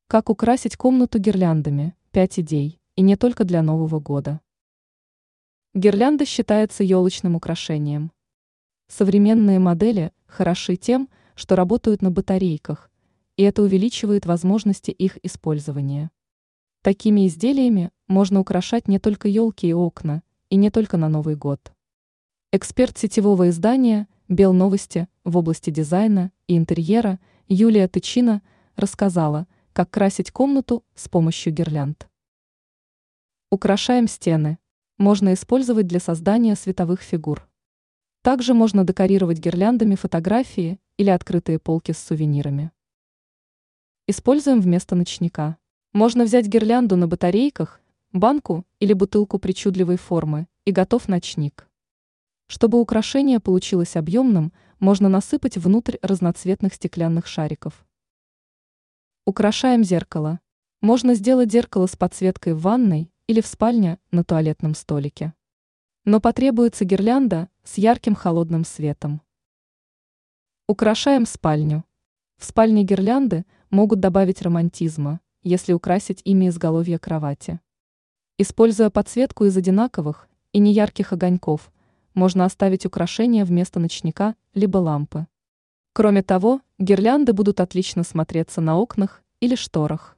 Как украсить комнату гирляндами? 5 идей, и не только для Нового года. Гирлянда считается елочным украшением. Современные модели хороши тем, что работают на батарейках, и это увеличивает возможности их использования. Такими изделиями можно украшать не только елки и окна, и не только на Новый год. Эксперт сетевого издания «Белновости» в области дизайна и интерьера Юлия Тычина рассказала, как красить комнату с помощью гирлянд. Украшаем стены. Можно использовать для создания световых фигур. Также можно декорировать гирляндами фотографии или открытые полки с сувенирами. Используем вместо ночника. Можно взять гирлянду на батарейках, банку или бутылку причудливой формы, и готов ночник. Чтобы украшение получилось объемным, можно насыпать внутрь разноцветных стеклянных шариков. Украшаем зеркало. Можно сделать зеркало с подсветкой в ванной или в спальне на туалетном столике. Но потребуется гирлянда с ярким холодным светом. Украшаем спальню. В спальне гирлянды могут добавить романтизма, если украсить ими изголовье кровати. Используя подсветку из одинаковых и неярких огоньков, можно оставить украшения вместо ночника либо лампы. Кроме того, гирлянды будут отлично смотреться на окнах или шторах.